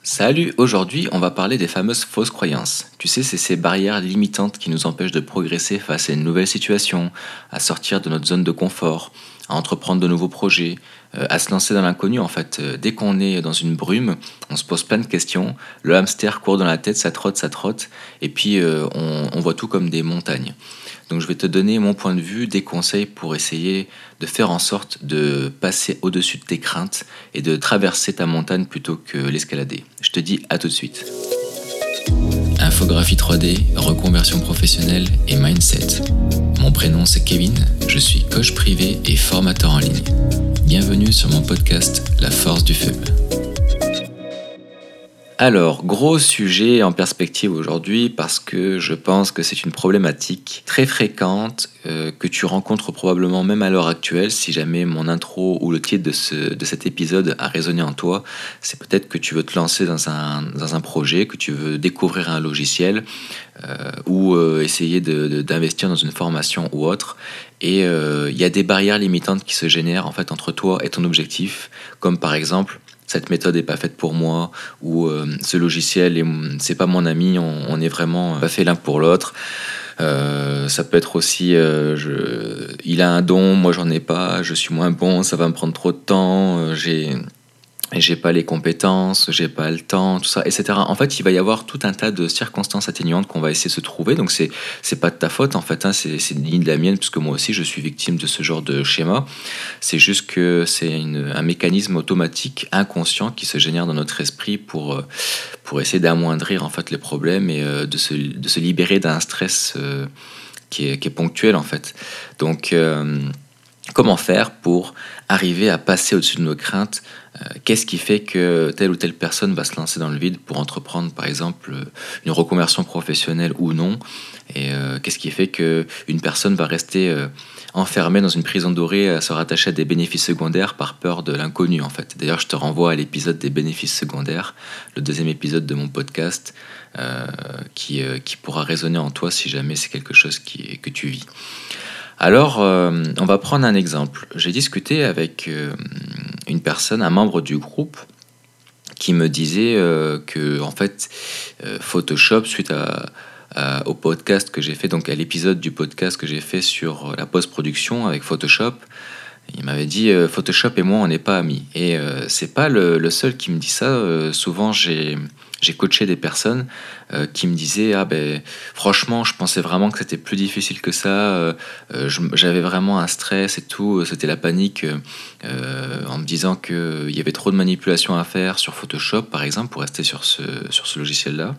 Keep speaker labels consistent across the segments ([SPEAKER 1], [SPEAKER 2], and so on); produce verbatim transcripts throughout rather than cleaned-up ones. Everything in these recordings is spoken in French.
[SPEAKER 1] Salut, aujourd'hui on va parler des fameuses fausses croyances. Tu sais, c'est ces barrières limitantes qui nous empêchent de progresser face à une nouvelle situation, à sortir de notre zone de confort, à entreprendre de nouveaux projets, euh, à se lancer dans l'inconnu en fait. Euh, Dès qu'on est dans une brume, on se pose plein de questions, le hamster court dans la tête, ça trotte, ça trotte, et puis euh, on, on voit tout comme des montagnes. Donc je vais te donner mon point de vue, des conseils pour essayer de faire en sorte de passer au-dessus de tes craintes et de traverser ta montagne plutôt que l'escalader. Je te dis à tout de suite. Infographie trois D, reconversion professionnelle et mindset. Mon prénom c'est Kevin, je suis coach privé et formateur en ligne. Bienvenue sur mon podcast La force du feu. Alors, gros sujet en perspective aujourd'hui parce que je pense que c'est une problématique très fréquente euh, que tu rencontres probablement même à l'heure actuelle. Si jamais mon intro ou le titre de, ce, de cet épisode a résonné en toi, c'est peut-être que tu veux te lancer dans un, dans un projet, que tu veux découvrir un logiciel euh, ou euh, essayer de, de, d'investir dans une formation ou autre. Et il euh, y a des barrières limitantes qui se génèrent en fait entre toi et ton objectif, comme par exemple cette méthode n'est pas faite pour moi, ou euh, ce logiciel, est, c'est pas mon ami, on, on est vraiment pas fait l'un pour l'autre. Euh, ça peut être aussi, euh, je, il a un don, moi j'en ai pas, je suis moins bon, ça va me prendre trop de temps, euh, j'ai, j'ai pas les compétences, j'ai pas le temps, tout ça, et cetera. En fait, il va y avoir tout un tas de circonstances atténuantes qu'on va essayer de se trouver. Donc c'est c'est pas de ta faute en fait, hein, c'est c'est ni de la mienne, puisque moi aussi je suis victime de ce genre de schéma. C'est juste que c'est une, un mécanisme automatique, inconscient, qui se génère dans notre esprit pour pour essayer d'amoindrir en fait les problèmes et euh, de se de se libérer d'un stress euh, qui est qui est ponctuel en fait. Donc euh, Comment faire pour arriver à passer au-dessus de nos craintes? Euh, Qu'est-ce qui fait que telle ou telle personne va se lancer dans le vide pour entreprendre, par exemple, une reconversion professionnelle ou non? Et euh, qu'est-ce qui fait qu'une personne va rester euh, enfermée dans une prison dorée à se rattacher à des bénéfices secondaires par peur de l'inconnu, en fait? D'ailleurs, je te renvoie à l'épisode des bénéfices secondaires, le deuxième épisode de mon podcast, euh, qui, euh, qui pourra résonner en toi si jamais c'est quelque chose qui, que tu vis. Alors, euh, on va prendre un exemple. J'ai discuté avec euh, une personne, un membre du groupe, qui me disait euh, que, en fait, euh, Photoshop, suite à, à- au podcast que j'ai fait, donc à l'épisode du podcast que j'ai fait sur la post-production avec Photoshop, il m'avait dit euh, Photoshop et moi, on n'est pas amis. Et euh, c'est pas le, le seul qui me dit ça. Euh, souvent, j'ai j'ai coaché des personnes euh, qui me disaient ah ben franchement, je pensais vraiment que c'était plus difficile que ça. Euh, euh, je- j'avais vraiment un stress et tout. C'était la panique euh, euh, en me disant que il y avait trop de manipulations à faire sur Photoshop, par exemple, pour rester sur ce sur ce logiciel-là.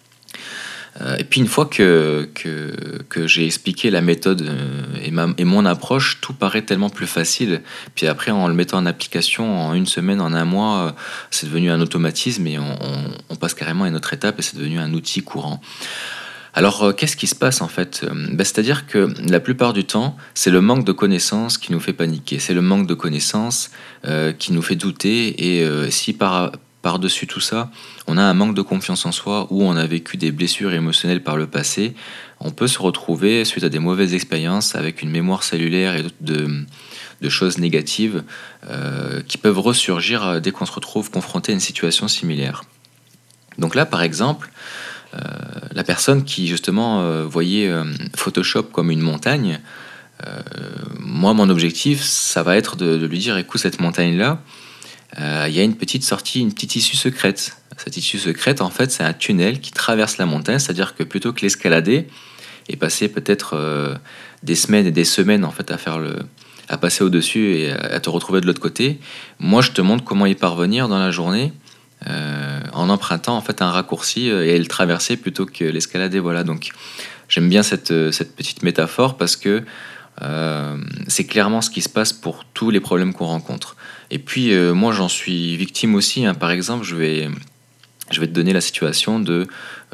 [SPEAKER 1] Euh, et puis une fois que, que, que j'ai expliqué la méthode euh, et, ma, et mon approche, tout paraît tellement plus facile. Puis après, en le mettant en application, en une semaine, en un mois, euh, c'est devenu un automatisme et on, on- on passe carrément à une autre étape et c'est devenu un outil courant. Alors, euh, qu'est-ce qui se passe en fait? Euh, ben, C'est-à-dire que la plupart du temps, c'est le manque de connaissances qui nous fait paniquer. C'est le manque de connaissances euh, qui nous fait douter. Et euh, si par, par-dessus tout ça, on a un manque de confiance en soi ou on a vécu des blessures émotionnelles par le passé, on peut se retrouver, suite à des mauvaises expériences, avec une mémoire cellulaire et de, de choses négatives euh, qui peuvent ressurgir euh, dès qu'on se retrouve confronté à une situation similaire. Donc là, par exemple, euh, la personne qui justement euh, voyait euh, Photoshop comme une montagne, euh, moi mon objectif ça va être de, de lui dire écoute cette montagne là, il y a une petite sortie, une petite issue secrète. Cette issue secrète en fait c'est un tunnel qui traverse la montagne, c'est-à-dire que plutôt que l'escalader et passer peut-être euh, des semaines et des semaines en fait à faire le à passer au-dessus et à, à te retrouver de l'autre côté, moi je te montre comment y parvenir dans la journée euh, en empruntant en fait un raccourci euh, et le traverser plutôt que l'escalader. Voilà, donc j'aime bien cette, euh, cette petite métaphore parce que euh, c'est clairement ce qui se passe pour tous les problèmes qu'on rencontre. Et puis euh, moi j'en suis victime aussi, hein. Par exemple, je vais, je vais te donner la situation de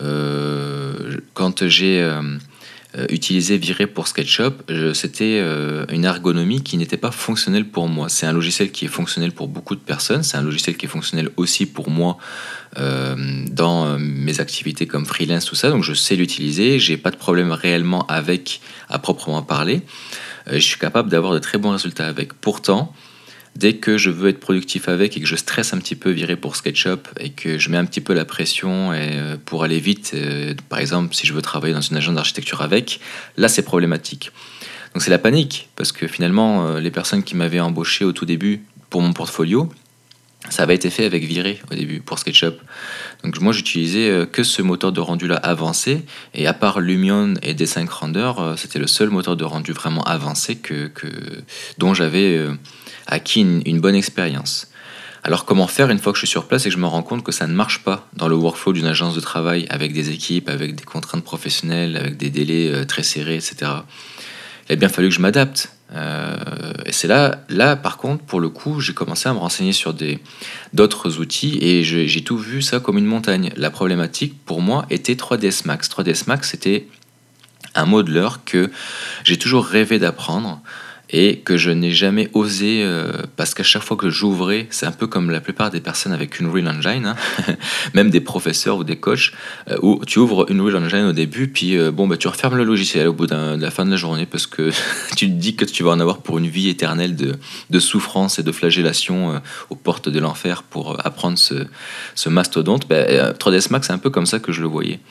[SPEAKER 1] euh, quand j'ai euh, euh, utilisé Viré pour SketchUp, je- c'était euh, une ergonomie qui n'était pas fonctionnelle pour moi. C'est un logiciel qui est fonctionnel pour beaucoup de personnes, c'est un logiciel qui est fonctionnel aussi pour moi euh, dans euh, mes activités comme freelance, tout ça. Donc je sais l'utiliser, j'ai pas de problème réellement avec à proprement parler. Euh, je suis capable d'avoir de très bons résultats avec. Pourtant, Dès que je veux être productif avec et que je stresse un petit peu virer pour SketchUp et que je mets un petit peu la pression et, euh, pour aller vite, euh, par exemple si je veux travailler dans une agence d'architecture avec, là c'est problématique. Donc c'est la panique, parce que finalement euh, les personnes qui m'avaient embauché au tout début pour mon portfolio, ça avait été fait avec Viré au début pour SketchUp. Donc moi j'utilisais euh, que ce moteur de rendu là avancé, et à part Lumion et D cinq Render, euh, c'était le seul moteur de rendu vraiment avancé que, que, dont j'avais euh, acquis une, une bonne expérience. Alors comment faire une fois que je suis sur place et que je me rends compte que ça ne marche pas dans le workflow d'une agence de travail avec des équipes, avec des contraintes professionnelles, avec des délais euh, très serrés, et cetera. Il a bien fallu que je m'adapte. Euh, et c'est là, là, par contre, pour le coup, j'ai commencé à me renseigner sur des, d'autres outils et je- j'ai tout vu ça comme une montagne. La problématique, pour moi, était trois D S Max. trois D S Max, c'était un modeler que j'ai toujours rêvé d'apprendre et que je n'ai jamais osé, euh, parce qu'à chaque fois que j'ouvrais, c'est un peu comme la plupart des personnes avec une Unreal Engine, hein, même des professeurs ou des coachs, euh, où tu ouvres une Unreal Engine au début, puis euh, bon, bah, tu refermes le logiciel au bout d'un- de la fin de la journée parce que tu te dis que tu vas en avoir pour une vie éternelle de, de souffrance et de flagellation euh, aux portes de l'enfer pour euh, apprendre ce, ce mastodonte. Bah, euh, trois D S Max, c'est un peu comme ça que je le voyais.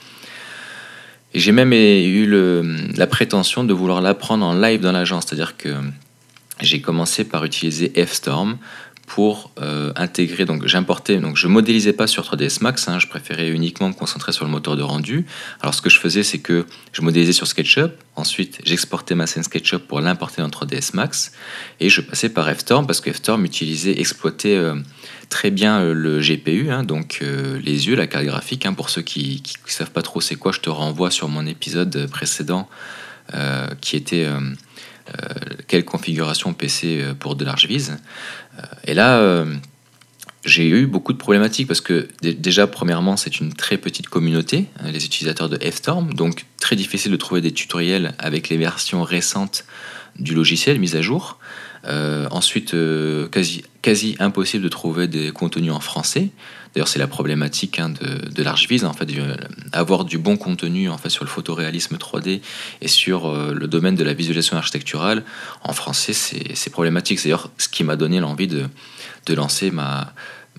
[SPEAKER 1] Et j'ai même eu le, la prétention de vouloir l'apprendre en live dans l'agence, c'est-à-dire que j'ai commencé par utiliser F-Storm pour euh, intégrer, donc j'importais, donc je modélisais pas sur trois D S Max, hein, je préférais uniquement me concentrer sur le moteur de rendu. Alors ce que je faisais, c'est que je modélisais sur SketchUp, ensuite j'exportais ma scène SketchUp pour l'importer dans trois D S Max, et je passais par F-Storm parce que F-Storm utilisait, exploitait euh, très bien euh, le G P U, hein, donc euh, les yeux, la carte graphique, hein, pour ceux qui ne savent pas trop c'est quoi, je te renvoie sur mon épisode précédent euh, qui était... Euh, euh, quelle configuration P C pour de large vise. Euh, et là, euh, j'ai eu beaucoup de problématiques parce que d- déjà, premièrement, c'est une très petite communauté, hein, les utilisateurs de F-Storm, donc très difficile de trouver des tutoriels avec les versions récentes du logiciel mises à jour. Euh, ensuite, euh, quasi, quasi impossible de trouver des contenus en français. D'ailleurs, c'est la problématique hein, de, de l'Archviz, en fait, du, avoir du bon contenu en fait, sur le photoréalisme trois D et sur euh, le domaine de la visualisation architecturale. En français, c'est, c'est problématique. C'est d'ailleurs ce qui m'a donné l'envie de, de lancer ma,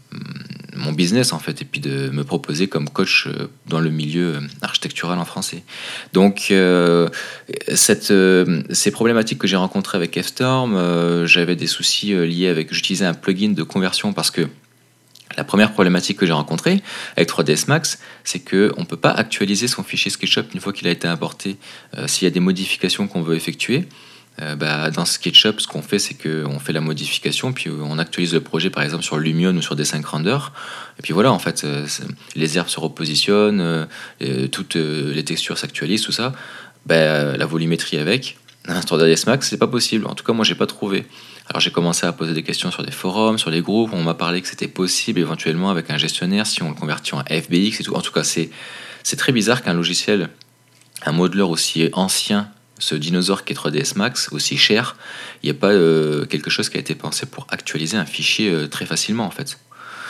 [SPEAKER 1] mon business en fait et puis de me proposer comme coach dans le milieu architectural en français. Donc euh, cette, euh, ces problématiques que j'ai rencontrées avec F-Storm, euh, j'avais des soucis euh, liés avec, j'utilisais un plugin de conversion parce que la première problématique que j'ai rencontrée avec trois D S Max, c'est qu'on ne peut pas actualiser son fichier SketchUp une fois qu'il a été importé. Euh, s'il y a des modifications qu'on veut effectuer, euh, bah, dans SketchUp, ce qu'on fait, c'est qu'on fait la modification, puis on actualise le projet, par exemple, sur Lumion ou sur D cinq Render. Et puis voilà, en fait, euh, les herbes se repositionnent, euh, toutes euh, les textures s'actualisent, tout ça. Bah, la volumétrie avec. Sur D S Max, c'est pas possible. En tout cas, moi, j'ai pas trouvé. Alors j'ai commencé à poser des questions sur des forums, sur les groupes. On m'a parlé que c'était possible éventuellement avec un gestionnaire si on le convertit en F B X et tout. En tout cas, c'est c'est très bizarre qu'un logiciel, un modeler aussi ancien, ce dinosaure qui est trois D S Max, aussi cher, il n'y a pas euh, quelque chose qui a été pensé pour actualiser un fichier euh, très facilement en fait.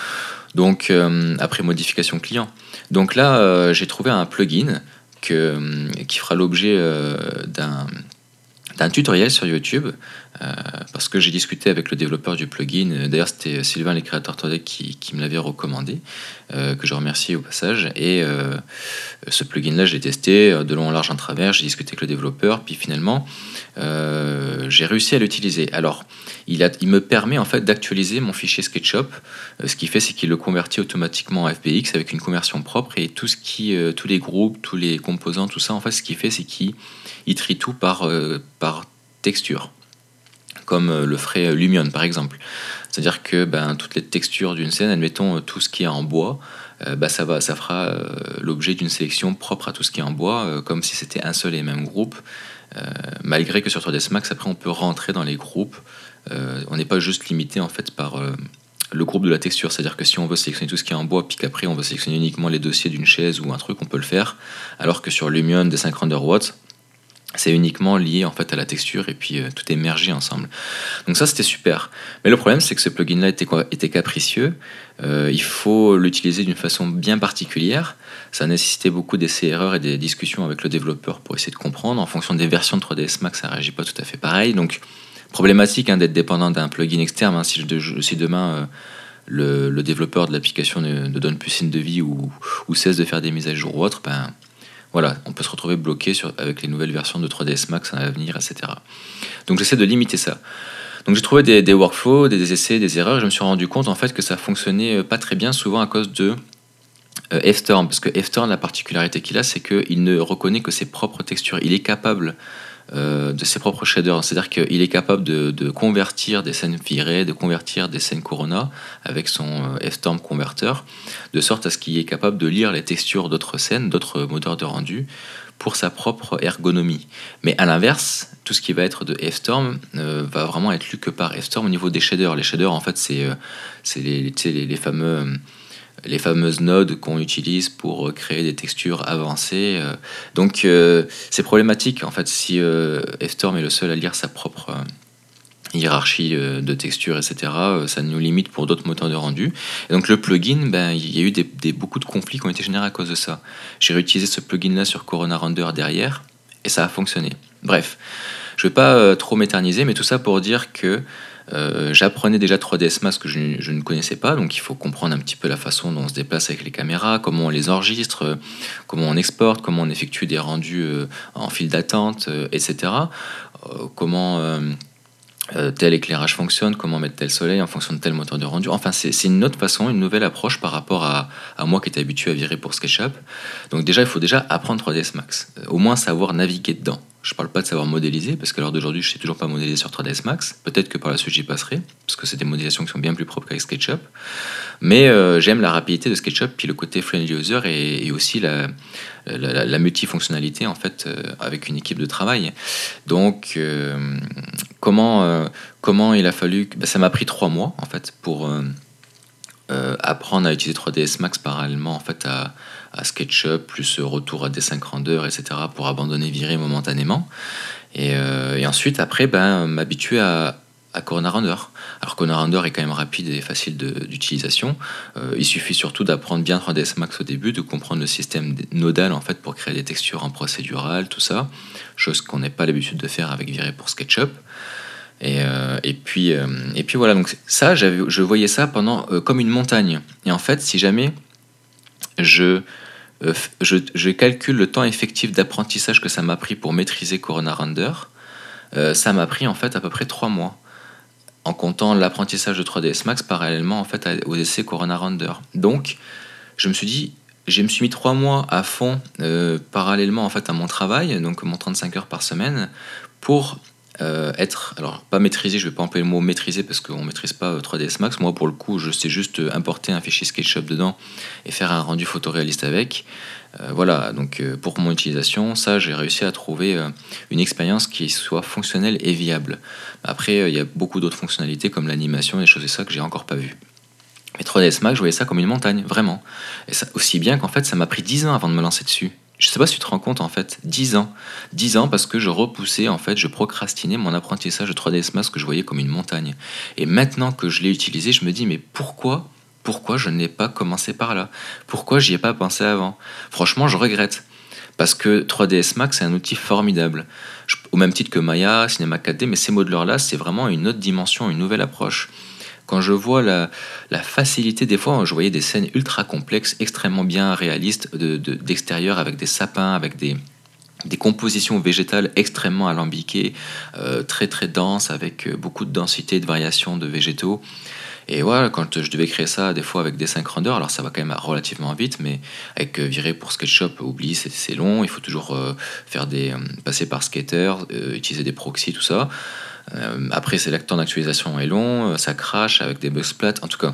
[SPEAKER 1] Donc euh, après modification client. Donc là, euh, j'ai trouvé un plugin que, euh, qui fera l'objet euh, d'un d'un tutoriel sur YouTube, euh, parce que j'ai discuté avec le développeur du plugin. D'ailleurs, c'était Sylvain, les créateurs trois D, qui, qui me l'avait recommandé, euh, que je remercie au passage. Et euh, ce plugin-là, je l'ai testé de long en large en travers. J'ai discuté avec le développeur, puis finalement, euh, j'ai réussi à l'utiliser. Alors, il, a, il me permet en fait d'actualiser mon fichier SketchUp. Euh, ce qu'il fait, c'est qu'il le convertit automatiquement en F B X avec une conversion propre, et tout ce qui, euh, tous les groupes, tous les composants, tout ça, en fait, ce qu'il fait, c'est qu'il il trie tout par, euh, par texture, comme euh, le ferait Lumion par exemple. C'est-à-dire que ben, toutes les textures d'une scène, admettons euh, tout ce qui est en bois, euh, ben, ça, va, ça fera euh, l'objet d'une sélection propre à tout ce qui est en bois, euh, comme si c'était un seul et même groupe. Euh, malgré que sur trois D S Max, après on peut rentrer dans les groupes. Euh, on n'est pas juste limité en fait par euh, le groupe de la texture, c'est-à-dire que si on veut sélectionner tout ce qui est en bois, puis qu'après on veut sélectionner uniquement les dossiers d'une chaise ou un truc, on peut le faire. Alors que sur Lumion, D cinq Render Watts, c'est uniquement lié en fait à la texture et puis euh, tout est mergé ensemble. Donc ça c'était super. Mais le problème c'est que ce plugin là était, était capricieux. Euh, il faut l'utiliser d'une façon bien particulière. Ça a nécessité beaucoup d'essais-erreurs et des discussions avec le développeur pour essayer de comprendre. En fonction des versions de trois D S Max, ça réagit pas tout à fait pareil. Donc Problématique hein, d'être dépendant d'un plugin externe. Hein, si, je, si demain euh, le, le développeur de l'application ne, ne donne plus signe de vie ou, ou cesse de faire des mises à jour ou autre, ben voilà, on peut se retrouver bloqué sur, avec les nouvelles versions de trois D S Max à l'avenir, et cetera. Donc j'essaie de limiter ça. Donc j'ai trouvé des, des workflows, des, des essais, des erreurs, et je me suis rendu compte en fait que ça fonctionnait pas très bien, souvent à cause de euh, F-Storm, parce que F-Storm, la particularité qu'il a, c'est qu'il ne reconnaît que ses propres textures. Il est capable euh, de ses propres shaders, c'est-à-dire qu'il est capable de, de convertir des scènes virées, de convertir des scènes Corona avec son euh, F-Storm Converter, de sorte à ce qu'il est capable de lire les textures d'autres scènes, d'autres moteurs de rendu, pour sa propre ergonomie. Mais à l'inverse, tout ce qui va être de F-Storm euh, va vraiment être lu que par F-Storm au niveau des shaders. Les shaders, en fait, c'est, euh, c'est les, les, les, fameux, les fameuses nodes qu'on utilise pour créer des textures avancées. Euh, donc, euh, c'est problématique, en fait, si euh, F-Storm est le seul à lire sa propre... Euh, hiérarchie de textures, et cetera. Ça nous limite pour d'autres moteurs de rendu. Et donc le plugin, ben, il y a eu des, des, beaucoup de conflits qui ont été générés à cause de ça. J'ai réutilisé ce plugin-là sur Corona Render derrière, et ça a fonctionné. Bref, je ne vais pas euh, trop m'éterniser, mais tout ça pour dire que euh, j'apprenais déjà trois D S Max que je, je ne connaissais pas, donc il faut comprendre un petit peu la façon dont on se déplace avec les caméras, comment on les enregistre, euh, comment on exporte, comment on effectue des rendus euh, en file d'attente, euh, et cetera. Euh, comment... Euh, Euh, tel éclairage fonctionne, comment mettre tel soleil en fonction de tel moteur de rendu. Enfin, c'est, c'est une autre façon, une nouvelle approche par rapport à, à moi qui étais habitué à virer pour SketchUp. Donc déjà, il faut déjà apprendre trois D S Max. Euh, au moins savoir naviguer dedans. Je ne parle pas de savoir modéliser, parce qu'à l'heure d'aujourd'hui, je ne sais toujours pas modéliser sur trois D S Max. Peut-être que par la suite, j'y passerai, parce que c'est des modélisations qui sont bien plus propres qu'avec SketchUp. Mais euh, j'aime la rapidité de SketchUp, puis le côté friendly user, et, et aussi la, la, la, la multifonctionnalité, en fait, euh, avec une équipe de travail. Donc... Euh, Comment, euh, comment il a fallu... Ben, ça m'a pris trois mois, en fait, pour euh, euh, apprendre à utiliser trois D S Max parallèlement, en fait, à, à SketchUp, plus retour à D cinq Render, et cetera, pour abandonner, virer momentanément. Et, euh, et ensuite, après, ben, m'habituer à, à Corona Render. Alors, Corona Render est quand même rapide et facile de, d'utilisation. Euh, il suffit surtout d'apprendre bien trois D S Max au début, de comprendre le système nodal, en fait, pour créer des textures en procédural, tout ça. Chose qu'on n'a pas l'habitude de faire avec Virer pour SketchUp. Et, euh, et, puis, euh, et puis voilà, donc ça, j'avais, je voyais ça pendant euh, comme une montagne. Et en fait, si jamais je, euh, je, je calcule le temps effectif d'apprentissage que ça m'a pris pour maîtriser Corona Render, euh, ça m'a pris en fait à peu près trois mois, en comptant l'apprentissage de trois D S Max parallèlement en fait aux essais Corona Render. Donc, je me suis dit, je me suis mis trois mois à fond euh, parallèlement en fait à mon travail, donc mon trente-cinq heures par semaine, pour euh, être, alors pas maîtriser, je vais pas employer le mot maîtriser parce qu'on maîtrise pas euh, trois D S Max. Moi pour le coup, je sais juste importer un fichier SketchUp dedans et faire un rendu photoréaliste avec. Euh, voilà, donc euh, pour mon utilisation, ça j'ai réussi à trouver euh, une expérience qui soit fonctionnelle et viable. Après, il euh, y a beaucoup d'autres fonctionnalités comme l'animation et des choses et ça que j'ai encore pas vues. Mais trois D S Max, je voyais ça comme une montagne, vraiment. Et ça, aussi bien qu'en fait, ça m'a pris dix ans avant de me lancer dessus. Je sais pas si tu te rends compte, en fait, dix ans. dix ans parce que je repoussais, en fait, je procrastinais mon apprentissage de trois D S Max que je voyais comme une montagne. Et maintenant que je l'ai utilisé, je me dis, mais pourquoi, pourquoi je n'ai pas commencé par là? Pourquoi j'y ai pas pensé avant? Franchement, je regrette. Parce que trois D S Max, c'est un outil formidable. Je, au même titre que Maya, Cinema quatre D, mais ces modeleurs-là, c'est vraiment une autre dimension, une nouvelle approche. Quand je vois la, la facilité, des fois, je voyais des scènes ultra complexes, extrêmement bien réalistes de, de, d'extérieur, avec des sapins, avec des, des compositions végétales extrêmement alambiquées, euh, très très denses, avec beaucoup de densité et de variation de végétaux. Et voilà, quand je devais créer ça, des fois avec des cinq Render, alors ça va quand même relativement vite, mais avec euh, virer pour SketchUp, oublie, c'est, c'est long, il faut toujours euh, faire des, euh, passer par Skater, euh, utiliser des proxys, tout ça. Euh, après, c'est le temps d'actualisation est long, ça crache avec des bugsplats. En tout cas,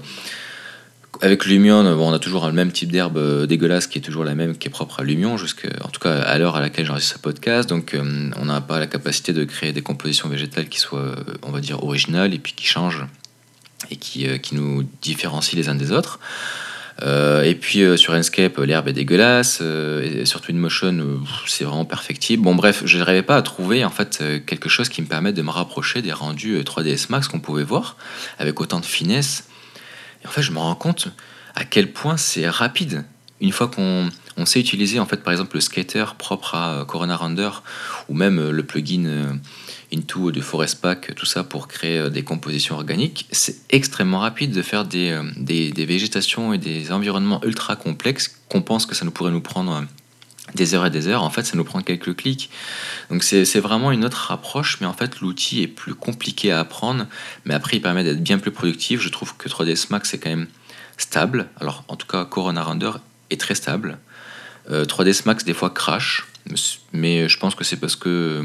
[SPEAKER 1] avec Lumion, bon, on a toujours le même type d'herbe euh, dégueulasse qui est toujours la même, qui est propre à Lumion, jusqu'à, en tout cas à l'heure à laquelle j'enregistre ce podcast. Donc, euh, on n'a pas la capacité de créer des compositions végétales qui soient, euh, on va dire, originales et puis qui changent et qui, euh, qui nous différencient les uns des autres. Euh, et puis euh, sur Enscape, l'herbe est dégueulasse. Euh, et sur Twinmotion, euh, c'est vraiment perfectible. Bon, bref, je n'arrivais pas à trouver en fait euh, quelque chose qui me permette de me rapprocher des rendus euh, trois D S Max qu'on pouvait voir avec autant de finesse. Et en fait, je me rends compte à quel point c'est rapide. une fois qu'on on sait utiliser en fait par exemple le skater propre à euh, Corona Render ou même euh, le plugin euh, Into de Forest Pack, tout ça pour créer euh, des compositions organiques, c'est extrêmement rapide de faire des, euh, des, des végétations et des environnements ultra complexes qu'on pense que ça nous pourrait nous prendre euh, des heures et des heures. En fait, ça nous prend quelques clics. Donc c'est c'est vraiment une autre approche, mais en fait l'outil est plus compliqué à apprendre, mais après il permet d'être bien plus productif. Je trouve que trois D S Max c'est quand même stable. Alors en tout cas Corona Render est très stable. Euh, trois D S Max des fois crash, mais je pense que c'est parce que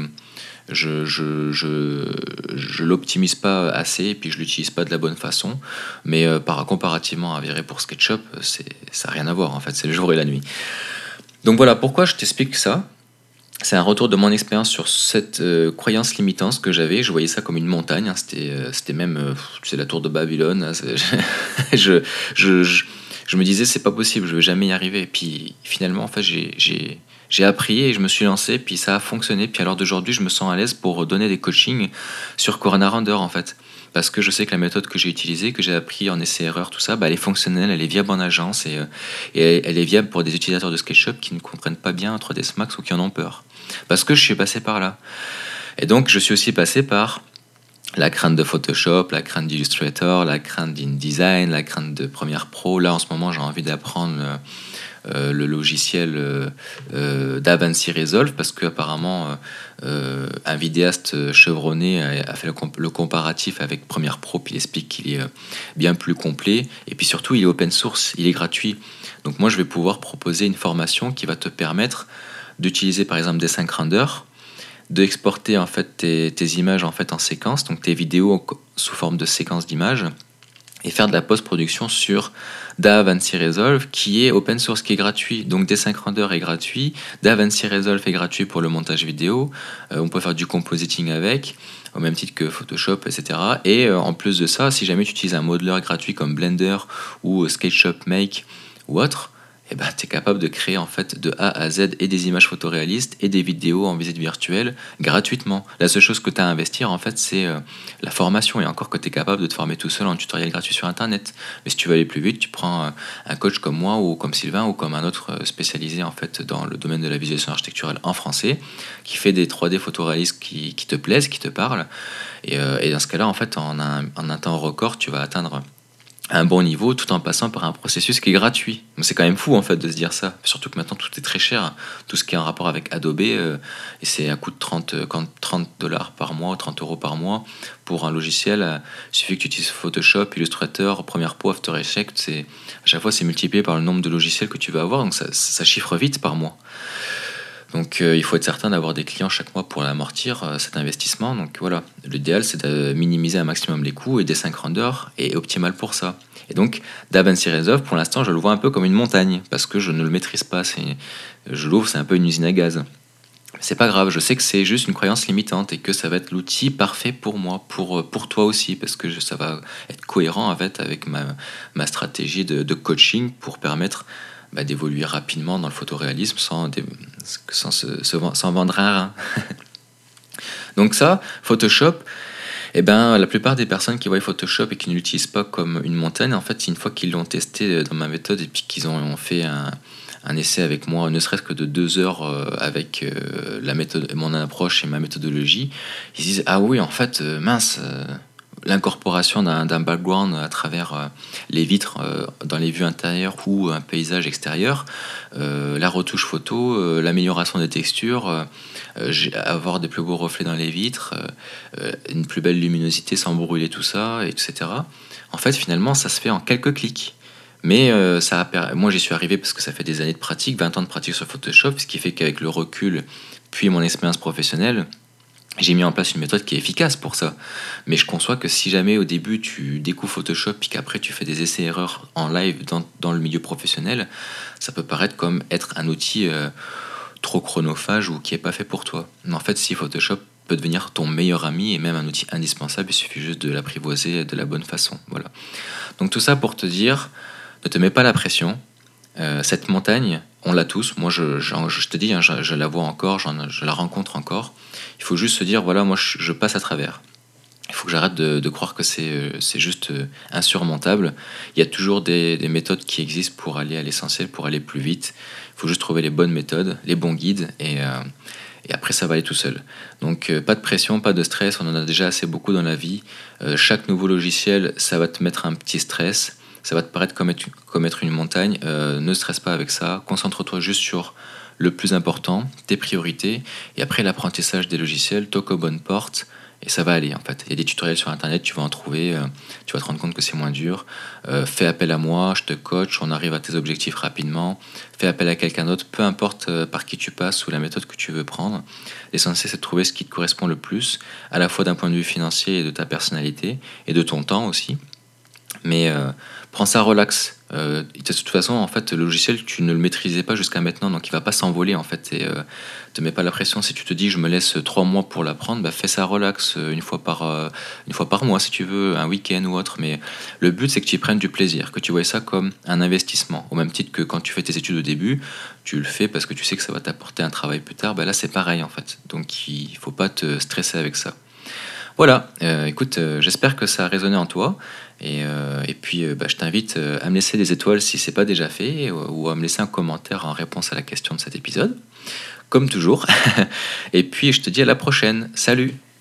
[SPEAKER 1] je, je, je, je l'optimise pas assez et puis je l'utilise pas de la bonne façon. Mais euh, par comparativement à virer pour SketchUp, c'est, ça n'a rien à voir en fait, c'est le jour et la nuit. Donc voilà pourquoi je t'explique ça. C'est un retour de mon expérience sur cette euh, croyance limitante que j'avais. Je voyais ça comme une montagne. Hein. C'était, euh, c'était même, euh, c'est la tour de Babylone. Hein. je, je, je, je me disais, c'est pas possible, je vais jamais y arriver. Et puis finalement, en fait, j'ai, j'ai, j'ai appris et je me suis lancé. Puis ça a fonctionné. Puis à l'heure d'aujourd'hui, je me sens à l'aise pour donner des coachings sur Corona Render, en fait. Parce que je sais que la méthode que j'ai utilisée, que j'ai appris en essai-erreur, tout ça, bah, elle est fonctionnelle, elle est viable en agence et, euh, et elle est viable pour des utilisateurs de SketchUp qui ne comprennent pas bien trois D S Max ou qui en ont peur. Parce que je suis passé par là. Et donc, je suis aussi passé par la crainte de Photoshop, la crainte d'Illustrator, la crainte d'InDesign, la crainte de Premiere Pro. Là, en ce moment, j'ai envie d'apprendre euh, euh, le logiciel euh, euh, DaVinci Resolve parce qu'apparemment, euh, un vidéaste chevronné a, a fait le, comp- le comparatif avec Premiere Pro, puis il explique qu'il est euh, bien plus complet. Et puis surtout, il est open source, il est gratuit. Donc moi, je vais pouvoir proposer une formation qui va te permettre d'utiliser par exemple des cinq renders, d'exporter en fait tes, tes images en fait en séquence, donc tes vidéos sous forme de séquences d'images, et faire de la post-production sur DaVinci Resolve qui est open source, qui est gratuit. Donc D cinq Render est gratuit, DaVinci Resolve est gratuit pour le montage vidéo, euh, on peut faire du compositing avec, au même titre que Photoshop, et cetera. Et euh, en plus de ça, si jamais tu utilises un modeler gratuit comme Blender ou SketchUp Make ou autre, eh ben, tu es capable de créer en fait de A à Z et des images photoréalistes et des vidéos en visite virtuelle gratuitement. La seule chose que tu as à investir en fait c'est euh, la formation, et encore que tu es capable de te former tout seul en tutoriel gratuit sur internet. Mais si tu veux aller plus vite, tu prends euh, un coach comme moi ou comme Sylvain ou comme un autre euh, spécialisé en fait dans le domaine de la visualisation architecturale en français qui fait des trois D photoréalistes qui, qui te plaisent, qui te parlent. Et, euh, et dans ce cas-là en fait en un, en un temps record tu vas atteindre à un bon niveau tout en passant par un processus qui est gratuit. C'est quand même fou en fait de se dire ça, surtout que maintenant tout est très cher, tout ce qui est en rapport avec Adobe, euh, et c'est à coût de trente dollars par mois, trente euros par mois pour un logiciel. Euh, il suffit que tu utilises Photoshop, Illustrator, Premiere Pro, After Effects, c'est, à chaque fois c'est multiplié par le nombre de logiciels que tu vas avoir, donc ça, ça chiffre vite par mois. Donc euh, il faut être certain d'avoir des clients chaque mois pour amortir euh, cet investissement. Donc voilà, l'idéal c'est de minimiser un maximum les coûts et D cinq Render est optimal pour ça. Et donc DaVinci Resolve pour l'instant je le vois un peu comme une montagne parce que je ne le maîtrise pas. C'est, je l'ouvre, c'est un peu une usine à gaz. C'est pas grave, je sais que c'est juste une croyance limitante et que ça va être l'outil parfait pour moi, pour, pour toi aussi, parce que je, ça va être cohérent en fait, avec ma, ma stratégie de, de coaching pour permettre bah, d'évoluer rapidement dans le photoréalisme sans, des, sans, se, se, sans vendre un rein. Donc ça, Photoshop, eh ben, la plupart des personnes qui voient Photoshop et qui ne l'utilisent pas comme une montagne, en fait, une fois qu'ils l'ont testé dans ma méthode et puis qu'ils ont fait un, un essai avec moi, ne serait-ce que de deux heures euh, avec euh, la méthode, mon approche et ma méthodologie, ils disent « Ah oui, en fait, euh, mince euh, !» L'incorporation d'un, d'un background à travers euh, les vitres euh, dans les vues intérieures ou un paysage extérieur, euh, la retouche photo, euh, l'amélioration des textures, euh, avoir des plus beaux reflets dans les vitres, euh, une plus belle luminosité sans brûler tout ça, et cetera. En fait, finalement, ça se fait en quelques clics. Mais euh, ça a, moi, j'y suis arrivé parce que ça fait des années de pratique, vingt ans de pratique sur Photoshop, ce qui fait qu'avec le recul, puis mon expérience professionnelle, j'ai mis en place une méthode qui est efficace pour ça. Mais je conçois que si jamais au début tu découvres Photoshop et qu'après tu fais des essais-erreurs en live dans, dans le milieu professionnel, ça peut paraître comme être un outil euh, trop chronophage ou qui n'est pas fait pour toi. Mais en fait, si Photoshop peut devenir ton meilleur ami et même un outil indispensable, il suffit juste de l'apprivoiser de la bonne façon. Voilà. Donc tout ça pour te dire, ne te mets pas la pression. Euh, cette montagne, on l'a tous. Moi, je, je, je te dis, hein, je, je la vois encore, j'en, je la rencontre encore. Il faut juste se dire, voilà, moi, je, je passe à travers. Il faut que j'arrête de, de croire que c'est, euh, c'est juste euh, insurmontable. Il y a toujours des, des méthodes qui existent pour aller à l'essentiel, pour aller plus vite. Il faut juste trouver les bonnes méthodes, les bons guides, et, euh, et après ça va aller tout seul. Donc euh, pas de pression, pas de stress, on en a déjà assez beaucoup dans la vie. Euh, chaque nouveau logiciel, ça va te mettre un petit stress, ça va te paraître comme être, comme être une montagne. Euh, ne stresse pas avec ça, concentre-toi juste sur le plus important, tes priorités, et après l'apprentissage des logiciels, toque aux bonnes portes, et ça va aller en fait. Il y a des tutoriels sur internet, tu vas en trouver, euh, tu vas te rendre compte que c'est moins dur. Euh, fais appel à moi, je te coach, on arrive à tes objectifs rapidement. Fais appel à quelqu'un d'autre, peu importe euh, par qui tu passes ou la méthode que tu veux prendre. L'essentiel, c'est de trouver ce qui te correspond le plus, à la fois d'un point de vue financier et de ta personnalité, et de ton temps aussi. Mais euh, prends ça relax. Euh, de toute façon, en fait, le logiciel, tu ne le maîtrisais pas jusqu'à maintenant, donc il va pas s'envoler en fait. Et euh, te mets pas la pression. Si tu te dis, je me laisse trois mois pour l'apprendre, bah fais ça relax, euh, une fois par euh, une fois par mois si tu veux, un week-end ou autre. Mais le but, c'est que tu y prennes du plaisir, que tu vois ça comme un investissement, au même titre que quand tu fais tes études au début, tu le fais parce que tu sais que ça va t'apporter un travail plus tard. Bah là, c'est pareil en fait. Donc il faut pas te stresser avec ça. Voilà, euh, écoute, euh, j'espère que ça a résonné en toi. Et, euh, et puis, euh, bah, je t'invite euh, à me laisser des étoiles si c'est pas déjà fait, ou, ou à me laisser un commentaire en réponse à la question de cet épisode, comme toujours. Et puis, je te dis à la prochaine. Salut!